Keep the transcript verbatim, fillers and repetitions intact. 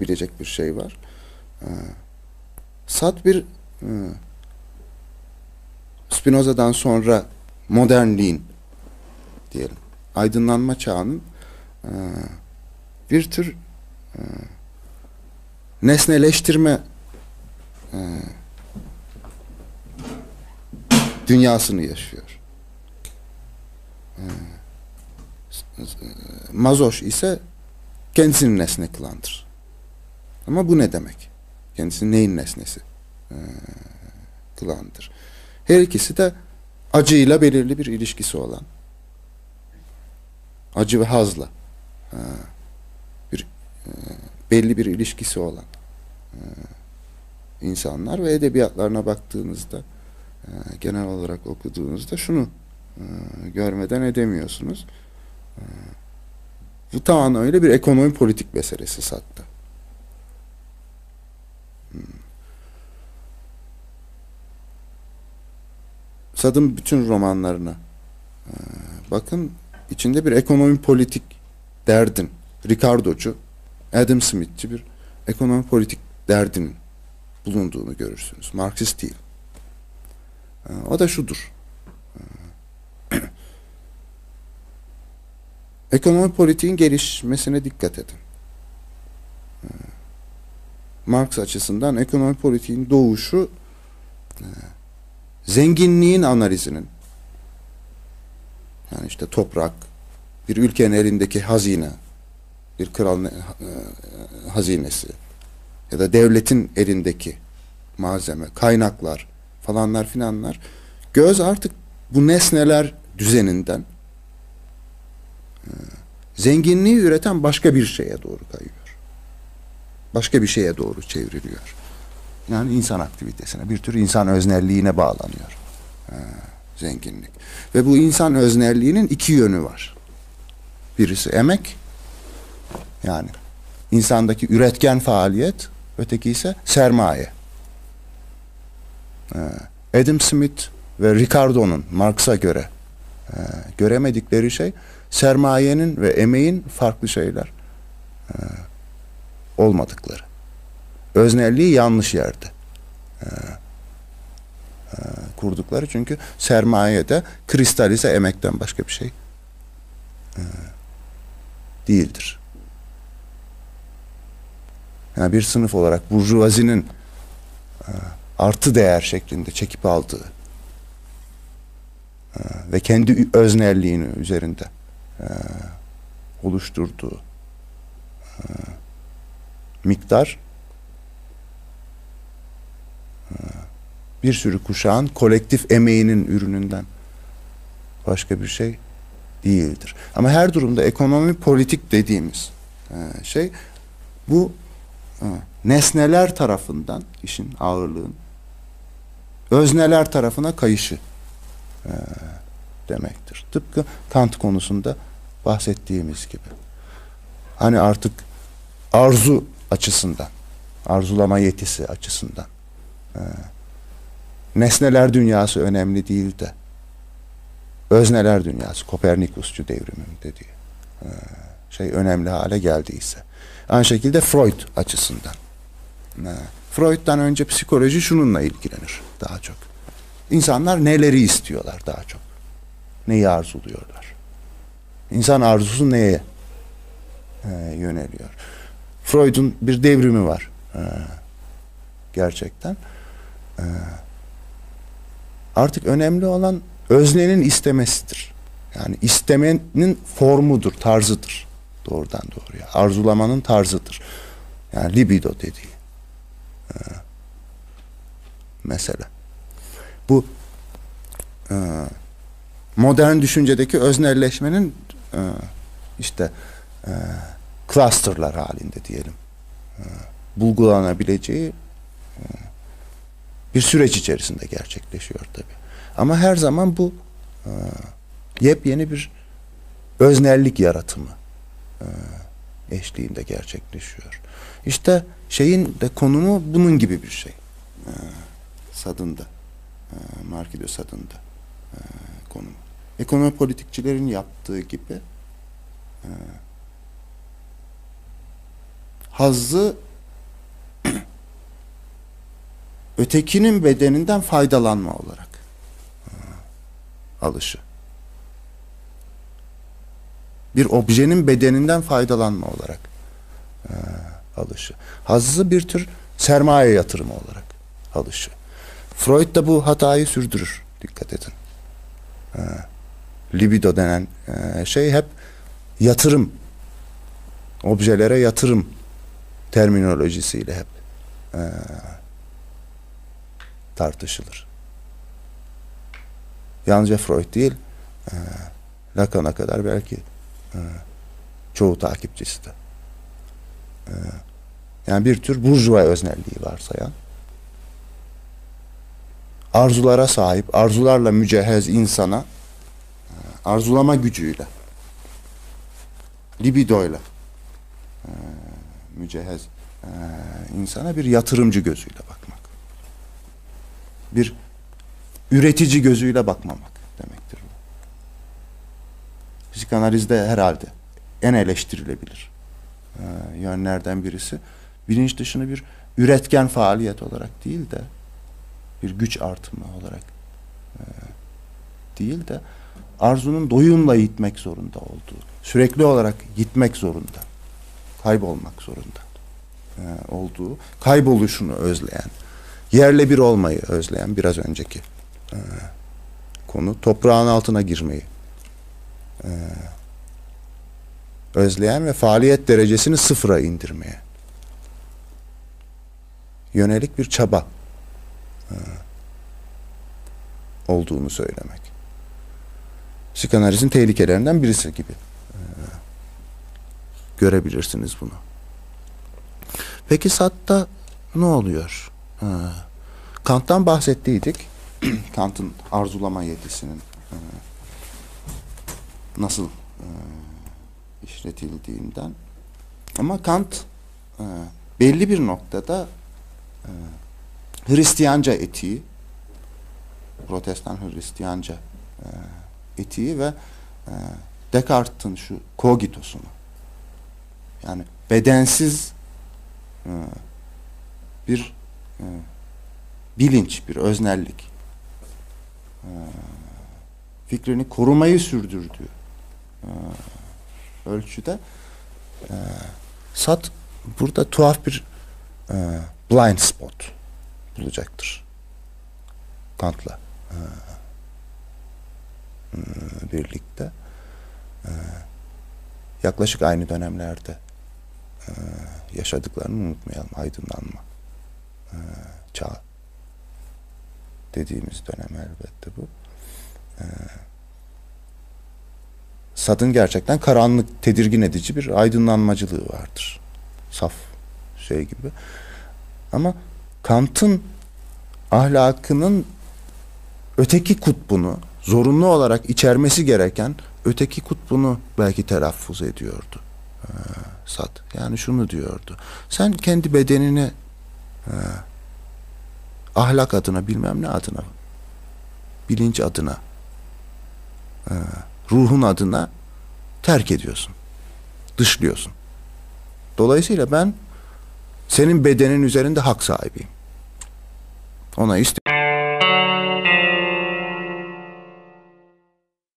bilecek bir şey var. E, Sad bir e, Spinoza'dan sonra modernliğin diyelim, aydınlanma çağının e, bir tür e, nesneleştirme e, dünyasını yaşıyor. E, Mazoş ise kendisini nesne kılandır. Ama bu ne demek? Kendisi neyin nesnesi e, kılandır? Her ikisi de acıyla belirli bir ilişkisi olan, acı ve hazla e, bir e, belli bir ilişkisi olan e, insanlar ve edebiyatlarına baktığınızda, e, genel olarak okuduğunuzda şunu e, görmeden edemiyorsunuz. E, bu tamamen öyle bir ekonomi politik meselesi Sad'da. Hmm. Sad'ın bütün romanlarına e, bakın, içinde bir ekonomi politik derdin, Ricardo'cu, Adam Smith'ci bir ekonomi politik derdinin bulunduğunu görürsünüz. Marksist değil. E, o da şudur. E, ekonomi politiğin gelişmesine dikkat edin. E, Marx açısından ekonomi politiğin doğuşu e, zenginliğin analizinin, yani işte toprak, bir ülkenin elindeki hazine, bir kralın e, hazinesi ya da devletin elindeki malzeme, kaynaklar falanlar filanlar, göz artık bu nesneler düzeninden e, zenginliği üreten başka bir şeye doğru kayıyor. Başka bir şeye doğru çevriliyor. Yani insan aktivitesine, bir tür insan öznelliğine bağlanıyor e, zenginlik. Ve bu insan öznelliğinin iki yönü var. Birisi emek, yani insandaki üretken faaliyet, öteki ise sermaye. E, Adam Smith ve Ricardo'nun Marx'a göre e, göremedikleri şey, sermayenin ve emeğin farklı şeyler e, olmadıkları. Öznelliği yanlış yerde e, e, kurdukları, çünkü sermayede kristalize emekten başka bir şey e, değildir. Yani bir sınıf olarak burjuvazinin e, artı değer şeklinde çekip aldığı e, ve kendi öznelliğini üzerinde e, oluşturduğu e, miktar bir sürü kuşağın kolektif emeğinin ürününden başka bir şey değildir. Ama her durumda ekonomi politik dediğimiz şey, bu nesneler tarafından işin, ağırlığın özneler tarafına kayışı demektir. Tıpkı Kant konusunda bahsettiğimiz gibi. Hani artık arzu açısından, arzulama yetisi açısından e, nesneler dünyası önemli değil de özneler dünyası, Kopernikusçu devrimin dediği e, şey önemli hale geldiyse. Aynı şekilde Freud açısından. E, Freud'dan önce psikoloji şununla ilgilenir daha çok. İnsanlar neleri istiyorlar daha çok? Neyi arzuluyorlar? İnsan arzusu neye e, yöneliyor? Freud'un bir devrimi var. E, gerçekten. E, artık önemli olan öznenin istemesidir. Yani istemenin formudur, tarzıdır. Doğrudan doğruya. Arzulamanın tarzıdır. Yani libido dediği. E, mesela. Bu e, modern düşüncedeki öznelleşmenin e, işte e, clusterlar halinde diyelim e, bulgulanabileceği e, bir süreç içerisinde gerçekleşiyor tabii. Ama her zaman bu e, yepyeni bir öznellik yaratımı e, eşliğinde gerçekleşiyor. İşte şeyin de konumu bunun gibi bir şey. E, Sad'ında. E, Marquis de Sade'ında e, konumu. Ekonomi politikçilerin yaptığı gibi e, hazzı ötekinin bedeninden faydalanma olarak alışı. Bir objenin bedeninden faydalanma olarak e, alışı. Hazzı bir tür sermaye yatırımı olarak alışı. Freud da bu hatayı sürdürür. Dikkat edin. E, libido denen e, şey hep yatırım, objelere yatırım terminolojisiyle hep e, tartışılır. Yalnızca Freud değil, e, Lacan'a kadar belki e, çoğu takipçisi de. E, yani bir tür burjuva öznelliği varsayan, arzulara sahip, arzularla mücehhez insana, e, arzulama gücüyle, libidoyla e, mücehhez e, insana bir yatırımcı gözüyle bakmak. Bir üretici gözüyle bakmamak demektir bu. Psikanalizde herhalde en eleştirilebilir e, yönlerden birisi, bilinç dışını bir üretken faaliyet olarak değil de bir güç artımı olarak e, değil de arzunun doyumla gitmek zorunda olduğu, sürekli olarak gitmek zorunda, kaybolmak zorunda e, olduğu, kayboluşunu özleyen, yerle bir olmayı özleyen biraz önceki e, konu, toprağın altına girmeyi e, özleyen ve faaliyet derecesini sıfıra indirmeye yönelik bir çaba e, olduğunu söylemek. Psikanalizin tehlikelerinden birisi gibi e, görebilirsiniz bunu. Peki Sartre'da ne oluyor? E, Kant'tan bahsettiydik. Kant'ın arzulama yetisinin e, nasıl e, işletildiğinden. Ama Kant e, belli bir noktada e, Hristiyanca etiği, Protestan Hristiyanca e, etiği ve e, Descartes'in şu kogitosunu, yani bedensiz e, bir e, bilinç, bir öznellik e, fikrini korumayı sürdürdüğü e, ölçüde e, Sartre burada tuhaf bir e, blind spot bulacaktır Kant'la e, e, birlikte. E, yaklaşık aynı dönemlerde e, yaşadıklarını unutmayalım. Aydınlanma e, çağı dediğimiz dönem elbette bu. E, Sartre'ın gerçekten karanlık, tedirgin edici bir aydınlanmacılığı vardır. Saf şey gibi. Ama Kant'ın ahlakının öteki kutbunu, zorunlu olarak içermesi gereken öteki kutbunu belki telaffuz ediyordu ee, Sartre. Yani şunu diyordu: sen kendi bedenini e, ahlak adına, bilmem ne adına, bilinç adına, e, ruhun adına terk ediyorsun, dışlıyorsun. Dolayısıyla ben senin bedenin üzerinde hak sahibiyim. Ona ist